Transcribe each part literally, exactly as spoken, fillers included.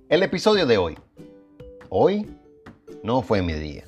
El episodio de hoy. Hoy no fue mi día.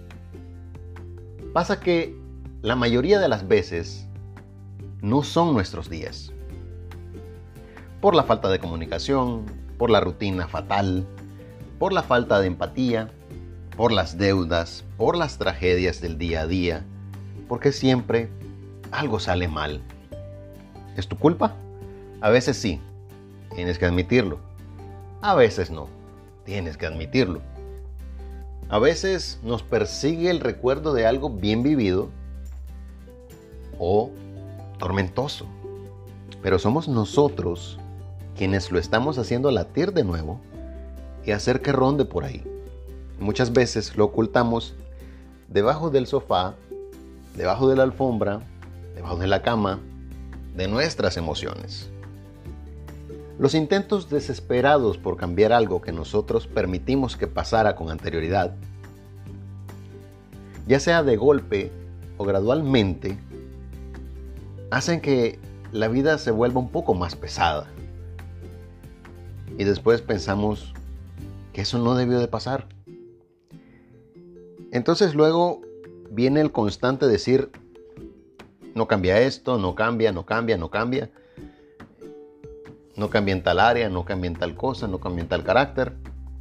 Pasa que la mayoría de las veces no son nuestros días. Por la falta de comunicación, por la rutina fatal, por la falta de empatía, por las deudas, por las tragedias del día a día, porque siempre algo sale mal. ¿Es tu culpa? A veces sí, tienes que admitirlo. A veces no, tienes que admitirlo. A veces nos persigue el recuerdo de algo bien vivido o tormentoso. Pero somos nosotros quienes lo estamos haciendo latir de nuevo y hacer que ronde por ahí. Muchas veces lo ocultamos debajo del sofá, debajo de la alfombra, debajo de la cama, de nuestras emociones. Los intentos desesperados por cambiar algo que nosotros permitimos que pasara con anterioridad, ya sea de golpe o gradualmente, hacen que la vida se vuelva un poco más pesada. Y después pensamos que eso no debió de pasar. Entonces luego viene el constante decir, no cambia esto, no cambia, no cambia, no cambia. No cambia en tal área, no cambia en tal cosa, no cambia en tal carácter.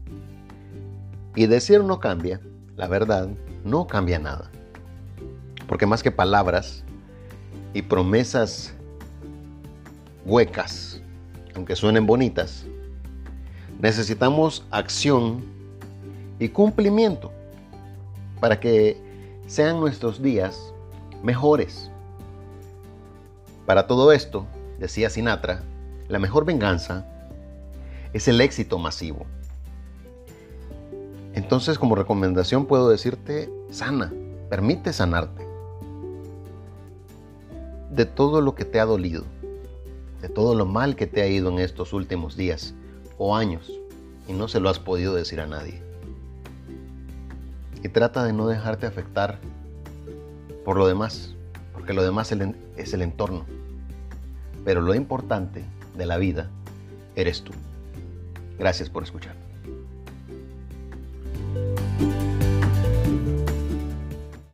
Y decir no cambia, la verdad, no cambia nada. Porque más que palabras y promesas huecas, aunque suenen bonitas, necesitamos acción y cumplimiento para que sean nuestros días mejores. Para todo esto, decía Sinatra, la mejor venganza es el éxito masivo. Entonces, como recomendación puedo decirte, sana, permite sanarte de todo lo que te ha dolido, de todo lo mal que te ha ido en estos últimos días o años y no se lo has podido decir a nadie. Y trata de no dejarte afectar por lo demás, porque lo demás es el entorno. Pero lo importante de la vida eres tú. Gracias por escuchar.